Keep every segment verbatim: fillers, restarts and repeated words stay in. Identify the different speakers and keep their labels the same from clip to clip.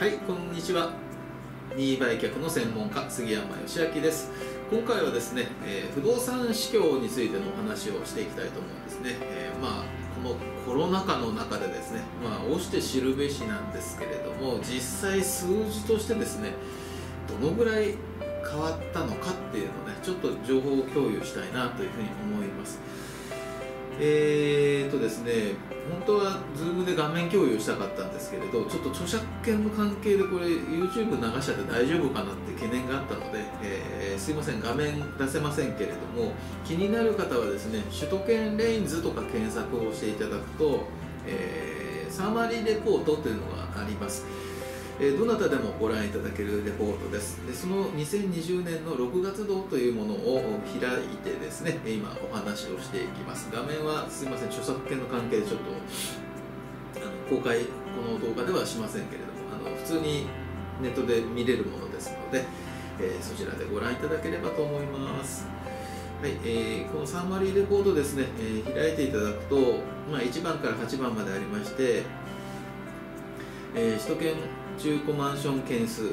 Speaker 1: はい、こんにちは。任意売却の専門家、杉山義明です。今回はですね、えー、不動産市況についてのお話をしていきたいと思うんですね。えー、まあこのコロナ禍の中でですね、まあ押して知るべしなんですけれども、実際数字としてですね、どのぐらい変わったのかっていうのをね、ちょっと情報を共有したいなというふうに思います。えーとですね、本当は Zoom で画面共有したかったんですけれど、ちょっと著作権の関係でこれ YouTube 流しちゃって大丈夫かなって懸念があったので、えー、すいません、画面出せませんけれども、気になる方はですね、首都圏レインズとか検索をしていただくと、えー、サマリーレポートというのがあります。どなたでもご覧いただけるレポートです。でそのにせんにじゅうねんのろくがつどうというものを開いてですね、今お話をしていきます。画面はすいません、著作権の関係でちょっとあの公開、この動画ではしませんけれども、あの普通にネットで見れるものですので、えー、そちらでご覧いただければと思います。はい、えー、このサマリーレポートですね、えー、開いていただくと、まあ、いちばんからはちばんまでありまして、えー、首都圏中古マンション件数、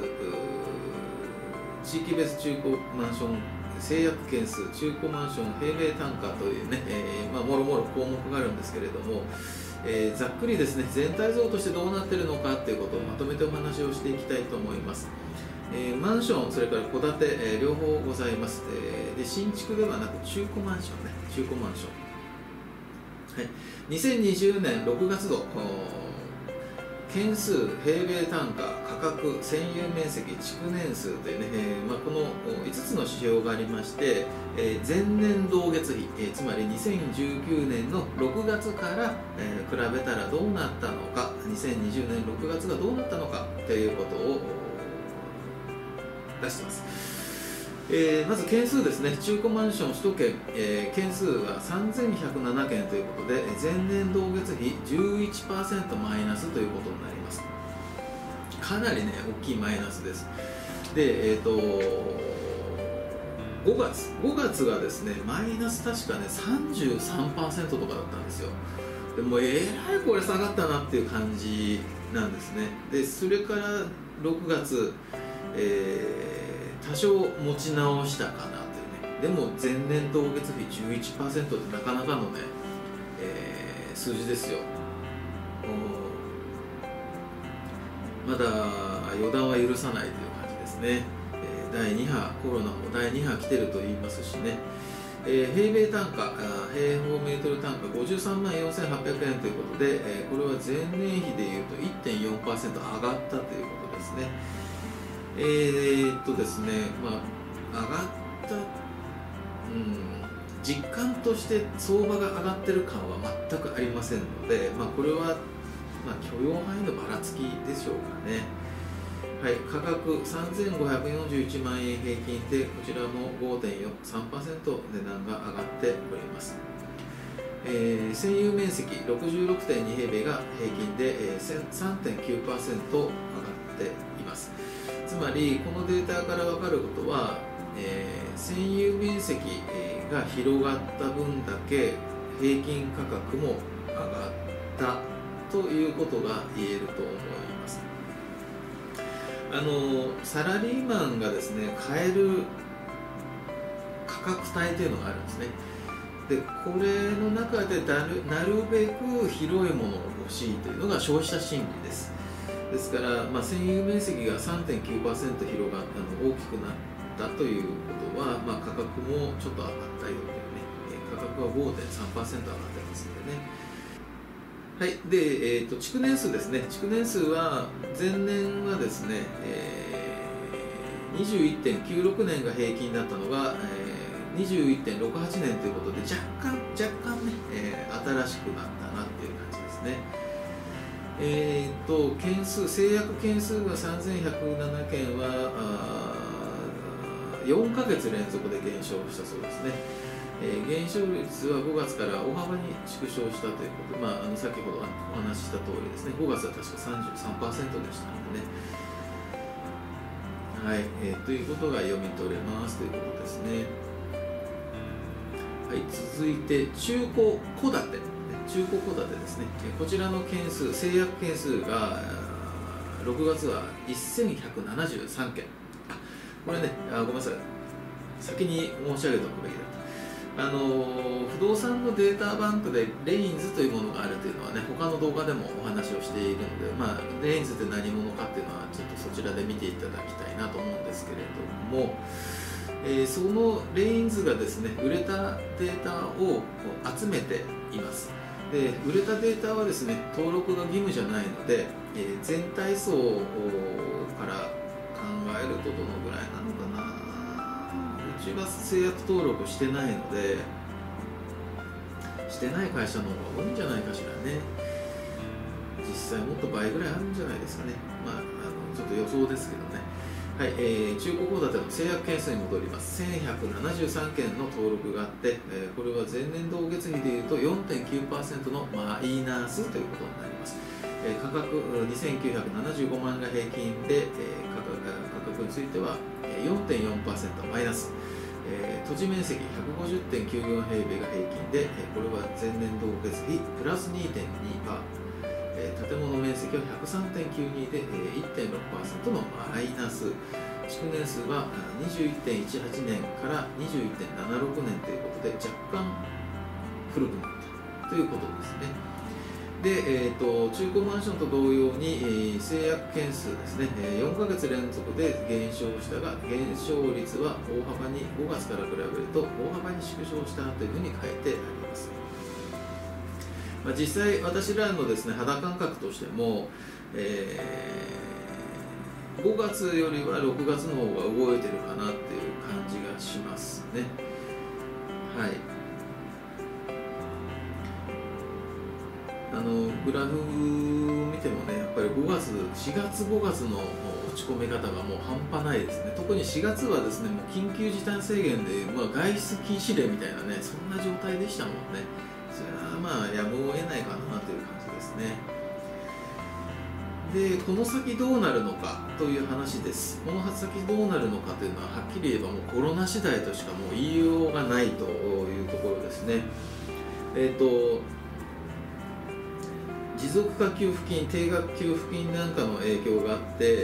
Speaker 1: 地域別中古マンション制約件数、中古マンション平米単価というね、えー、まあ、もろもろ項目があるんですけれども、えー、ざっくりですね、全体像としてどうなっているのかということをまとめてお話をしていきたいと思います。えー、マンション、それから戸建て、えー、両方ございます。えー、で新築ではなく中古マンションね、中古マンション。はい、にせんにじゅうねんろくがつ度、件数、平米単価、価格、占有面積、築年数というね、えーまあ、このいつつの指標がありまして、えー、前年同月比、えー、つまりにせんじゅうきゅうねんのろくがつから、えー、比べたらどうなったのか、にせんにじゅうねんろくがつがどうなったのかということを出しています。えー、まず件数ですね、中古マンション首都圏、えー、件数がさんぜんひゃくななけんということで、前年同月比 じゅういちパーセント マイナスということになります。かなりね、大きいマイナスです。で、えっ、ー、とごがつ、ごがつがですね、マイナス確かね、さんじゅうさんパーセント とかだったんですよ。でも、えらいこれ下がったなっていう感じなんですね。で、それからろくがつ、えー多少持ち直したかなというね。でも前年同月比 じゅういちパーセント ってなかなかのね、えー、数字ですよ。まだ予断は許さないという感じですね。えー、だいには、コロナもだいには来てると言いますしね。えー、平米単価、平方メートル単価ごじゅうさんまんよんせんはっぴゃくえんということで、えー、これは前年比でいうと いってんよんパーセント 上がったということですね。えーっとですね、まあ、上がった、うん、実感として相場が上がってる感は全くありませんので、まあ、これは、まあ、許容範囲のばらつきでしょうかね。はい、価格さんぜんごひゃくよんじゅういちまんえん平均で、こちらも ごてんさんパーセント 値段が上がっております。えー、占有面積 ろくじゅうろくてんに 平米が平均で、えー、さんてんきゅうパーセント 上がっています。つまりこのデータから分かることは、えー、占有面積が広がった分だけ平均価格も上がったということが言えると思います。あのサラリーマンがですね買える価格帯というのがあるんですね。でこれの中でなる、なるべく広いものを欲しいというのが消費者心理です。ですから、まあ、占有面積が さんてんきゅうパーセント 広がったの大きくなったということは、まあ、価格もちょっと上がったようでね、価格は ごてんさんパーセント 上がってますのでね。はい、で、えーと、築年数ですね。築年数は前年はですね、えー、にじゅういってんきゅうろくねんが平均だったのが、えー、にじゅういってんろくはちねんということで、若干、若干ね、えー、新しくなったなっていう感じですね。えー、と件数、制約件数がさんぜんひゃくななけんはよんかげつ連続で減少したそうですね。えー、減少率はごがつから大幅に縮小したということで、まあ、あの先ほどお話しした通りですね、ごがつは確か さんじゅうさんパーセント でしたのでね。はい、えー、ということが読み取れますということですね。はい、続いて中古戸建て。中古戸建てですね。こちらの件数、制約件数がろくがつはせんひゃくななじゅうさんけん、これね、あごめんなさい、先に申し上げておくべきだった。あの不動産のデータバンクでレインズというものがあるというのはね、他の動画でもお話をしているので、まあ、レインズって何者かっていうのはちょっとそちらで見ていただきたいなと思うんですけれども、えー、そのレインズがですね、売れたデータを集めています。で売れたデータはですね、登録が義務じゃないので、えー、全体層から考えるとどのぐらいなのかな。うちは制約登録してないので、してない会社の方が多いんじゃないかしらね。実際もっと倍ぐらいあるんじゃないですかね。まあ、あのちょっと予想ですけどね。はい、えー、中古戸建ての制約件数に戻ります。せんひゃくななじゅうさんけんの登録があって、えー、これは前年同月比でいうと よんてんきゅうパーセント のマイナスということになります。えー、価格にせんきゅうひゃくななじゅうごまんが平均で、えー、価格、価格については よんてんよんパーセント マイナス。えー、土地面積 ひゃくごじゅってんきゅうよん 平米が平均で、えー、これは前年同月比プラス にてんにパーセント、えー、建物面積は ひゃくさんてんきゅうに で、えー、いってんろくパーセント のマイナス。築年数は にじゅういってんいちはち 年から にじゅういってんななろく 年ということで、若干古くなったということですね。で、えーと、中古マンションと同様に、えー、制約件数ですね、えー、よんかげつ連続で減少したが、減少率は大幅にごがつから比べると大幅に縮小したというふうに書いてあります。まあ、実際私らのですね、肌感覚としても、えー、ごがつよりはろくがつの方が動いてるかなっていう感じがしますね。はい。あのグラフ見てもね、やっぱりごがつ、しがつごがつの落ち込み方がもう半端ないですね。特にしがつはですね、もう緊急事態宣言で、まあ、外出禁止令みたいなね、そんな状態でしたもんね。それはまあやむを得ないかなという感じですね。で、この先どうなるのかという話です。この先どうなるのかというのは、はっきり言えばもうコロナ次第としかもう言いようがないというところですね。えっと持続化給付金、定額給付金なんかの影響があって、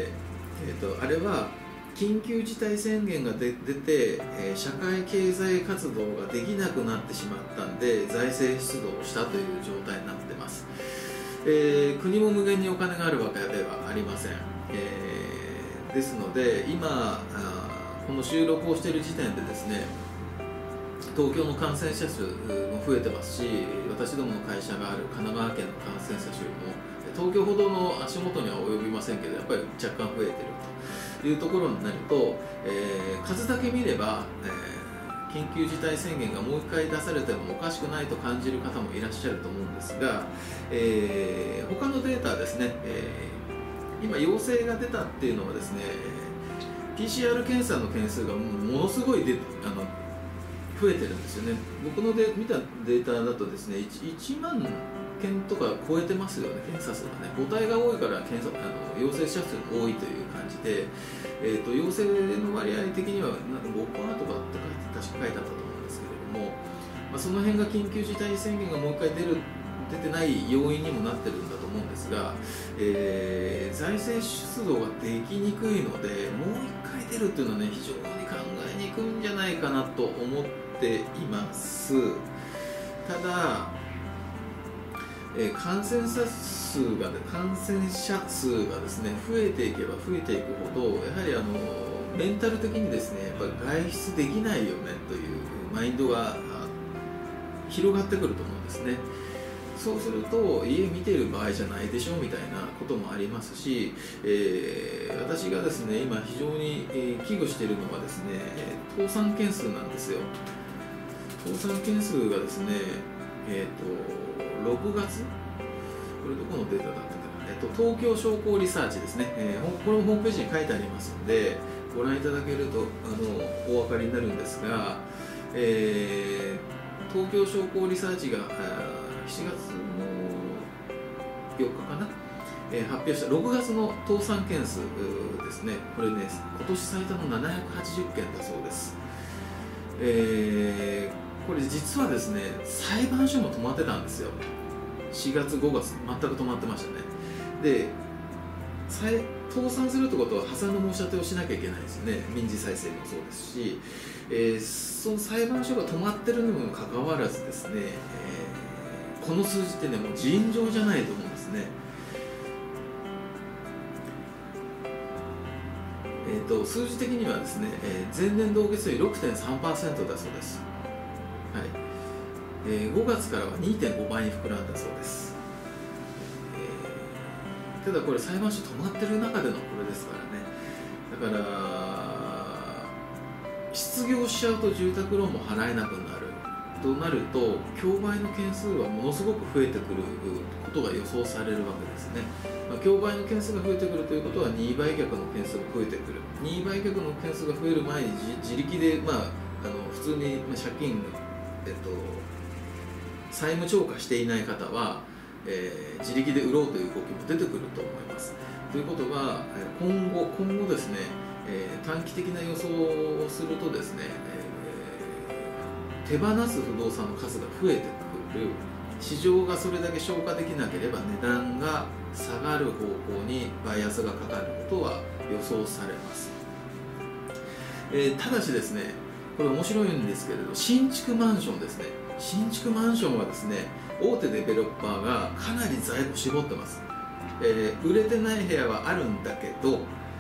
Speaker 1: えー、とあれは緊急事態宣言が出て、えー、社会経済活動ができなくなってしまったんで、財政出動をしたという状態になっています。えー、国も無限にお金があるわけではありません。えー、ですので、今この収録をしている時点でですね、東京の感染者数も増えてますし、私どもの会社がある神奈川県の感染者数も東京ほどの足元には及びませんけど、やっぱり若干増えているというところになると、えー、数だけ見れば、えー、緊急事態宣言がもう一回出されてもおかしくないと感じる方もいらっしゃると思うんですが、えー、他のデータですね、えー、今陽性が出たっていうのはですね、ピーシーアール 検査の件数がものすごいであの増えてるんですよね。僕ので見たデータだとですね、いちまんけんとか超えてますよね、検査数がね。母体が多いから検査あの陽性者数が多いという感じで、えーと、陽性の割合的にはなんか ごパーセント とかって確か書いてあったと思うんですけれども、まあ、その辺が緊急事態宣言がもう一回出る出てない要因にもなってるんだと思うんですが、えー、財政出動ができにくいので、もう一回出るっていうのはね、非常に考えにくいんじゃないかなと思っています。ただ、えー、感染者数が感染者数がですね増えていけば増えていくほど、やはりあのメンタル的にですね、やっぱり外出できないよねというマインドが広がってくると思うんですね。そうすると家見てる場合じゃないでしょみたいなこともありますし、えー、私がですね今非常に、えー、危惧しているのはですね、倒産件数なんですよ。倒産件数がですね、えー、とろくがつ、これどこのデータだったかな、えー、と東京商工リサーチですね、えー、これもホームページに書いてありますのでご覧いただけるとあのお分かりになるんですが、えー、東京商工リサーチがしちがつのよっかかな、えー、発表したろくがつの倒産件数ですね。これね、今年最多のななひゃくはちじゅっけんだそうです。えー、これ実はですね、裁判所も止まってたんですよ。しがつごがつ全く止まってましたね。で、 倒産するってことは破産の申し立てをしなきゃいけないですよね。民事再生もそうですし、えー、その裁判所が止まってるにもかかわらずですね、えー、この数字ってね、もう尋常じゃないと思うんですね。えー、と数字的にはですね、えー、前年同月より ろくてんさんパーセント だそうです。はい、えー、ごがつからは にてんごばいに膨らんだそうです。ただこれ裁判所止まってる中でのこれですからね。だから失業しちゃうと住宅ローンも払えなくなるとなると、競売の件数はものすごく増えてくることが予想されるわけですね。まあ、競売の件数が増えてくるということは任意売却の件数が増えてくる。任意売却の件数が増える前に自力で、まあ、あの普通に借金、えっと、債務超過していない方はえー、自力で売ろうという動きも出てくると思います。ということは今後今後ですね、えー、短期的な予想をするとですね、えー、手放す不動産の数が増えてくる、市場がそれだけ消化できなければ値段が下がる方向にバイアスがかかることは予想されます。えー、ただしですね、これ面白いんですけれど、新築マンションですね、新築マンションはですね、大手デベロッパーがかなり在庫絞ってます。えー、売れてない部屋はあるんだけど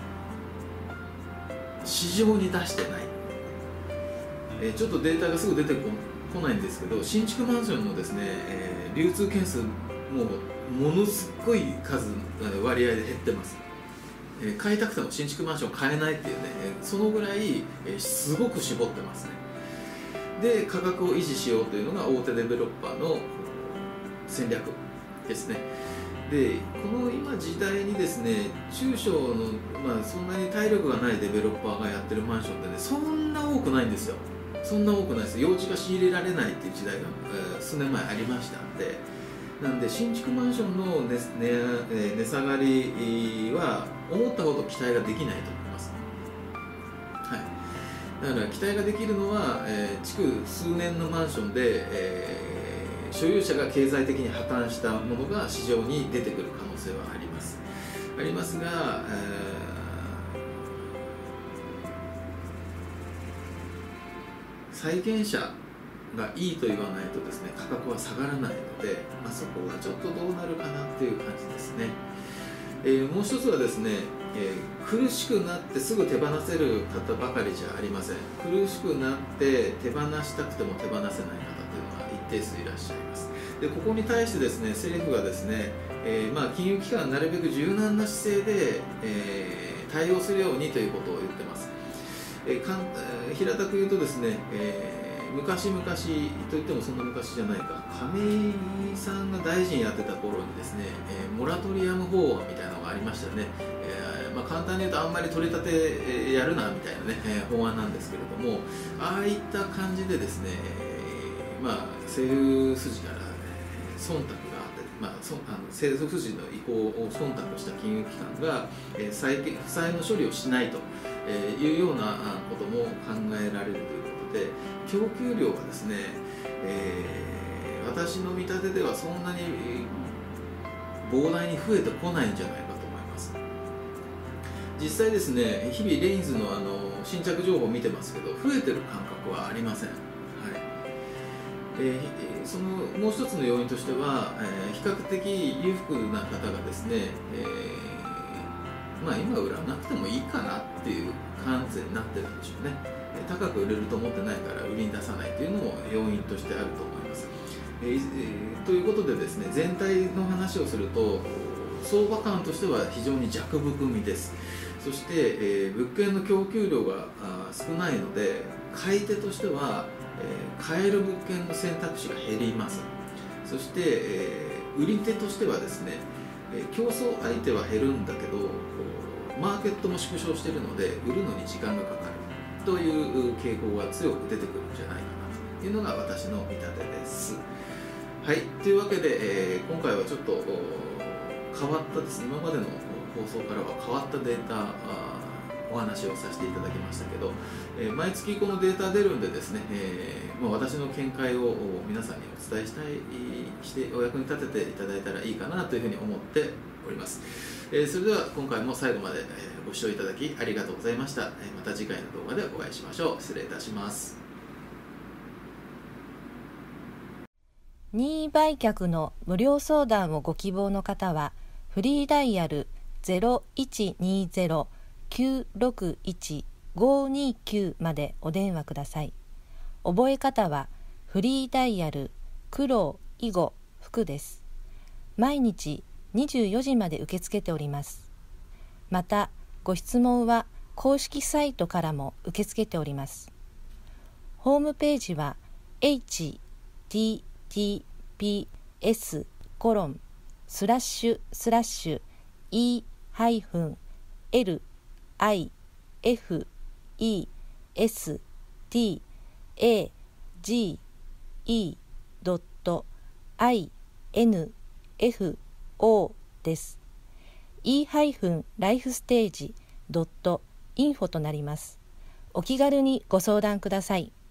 Speaker 1: 市場に出してない。えー、ちょっとデータがすぐ出てこないんですけど、新築マンションのですね、えー、流通件数もものすごい数割合で減ってます。えー、買いたくても新築マンション買えないっていうね、そのぐらい、えー、すごく絞ってますね。で価格を維持しようというのが大手デベロッパーの戦略ですね。でこの今時代にですね、中小の、まあ、そんなに体力がないデベロッパーがやってるマンションってね、そんな多くないんですよ。そんな多くないです。用地が仕入れられないっていう時代が、えー、数年前ありましたんで、なんで新築マンションの 値, 値, 値下がりは思ったほど期待ができないと思います。はい、だから期待ができるのは、えー、築数年のマンションで、えー所有者が経済的に破綻したものが市場に出てくる可能性はありますありますが、えー、債権者がいいと言わないとですね、価格は下がらないので、まあ、そこがちょっとどうなるかなっていう感じですね。えー、もう一つはですね、えー、苦しくなってすぐ手放せる方ばかりじゃありません。苦しくなって手放したくても手放せない方というのが一定数いらっしゃいます。でここに対してですね、政府がですね、えーまあ、金融機関はなるべく柔軟な姿勢で、えー、対応するようにということを言ってます。えー、かん平たく言うとですね、えー、昔々といってもそんな昔じゃないか、亀井さんが大臣やってた頃にですね、えー、モラトリアム法案みたいなのがありましたよね。えーまあ、簡単に言うとあんまり取り立てやるなみたいなね、えー、法案なんですけれども、ああいった感じでですね、えーまあ、政府筋から忖度があって、まあ、そあの政府筋の意向を忖度した金融機関が、えー、債負債の処理をしないというようなことも考えられるということで、供給量はですね、えー、私の見立てではそんなに膨大に増えてこないんじゃないかと思います。実際ですね、日々レインズのあの新着情報を見てますけど、増えてる感覚はありません。えー、そのもう一つの要因としては、えー、比較的裕福な方がですね、えー、まあ今売らなくてもいいかなっていう感じになってるんでしょうね。えー、高く売れると思ってないから売りに出さないっていうのも要因としてあると思います。えーえー、ということでですね、全体の話をすると相場感としては非常に弱含みです。そして、えー、物件の供給量が少ないので、買い手としてはえー、買える物件の選択肢が減ります。そして、えー、売り手としてはですね、えー、競争相手は減るんだけどマーケットも縮小しているので売るのに時間がかかるという傾向が強く出てくるんじゃないかなというのが私の見立てです。はい、というわけで、えー、今回はちょっと変わったですね、今までの放送からは変わったデータお話をさせていただきましたけど、えー、毎月このデータ出るんでですね、えーまあ、私の見解を皆さんにお伝えしたいしてお役に立てていただいたらいいかなというふうに思っております。えー、それでは今回も最後までご視聴いただきありがとうございました。また次回の動画でお会いしましょう。失礼いたします。
Speaker 2: 任意売却の無料相談をご希望の方は、フリーダイヤル ゼロいちにゼロ きゅうろくいち ごにきゅう までお電話ください。覚え方は、フリーダイヤル苦労以後福です。毎日にじゅうよじまで受け付けております。また、ご質問は公式サイトからも受け付けております。ホームページは エイチティーティーピーエス コロンスラッシュスラッシュ イー ハイフン エル アイ エフ イー エス ティー エー ジー イー ドット アイ エヌ エフ オー です。e ライフステージ ドット インフォ となります。お気軽にご相談ください。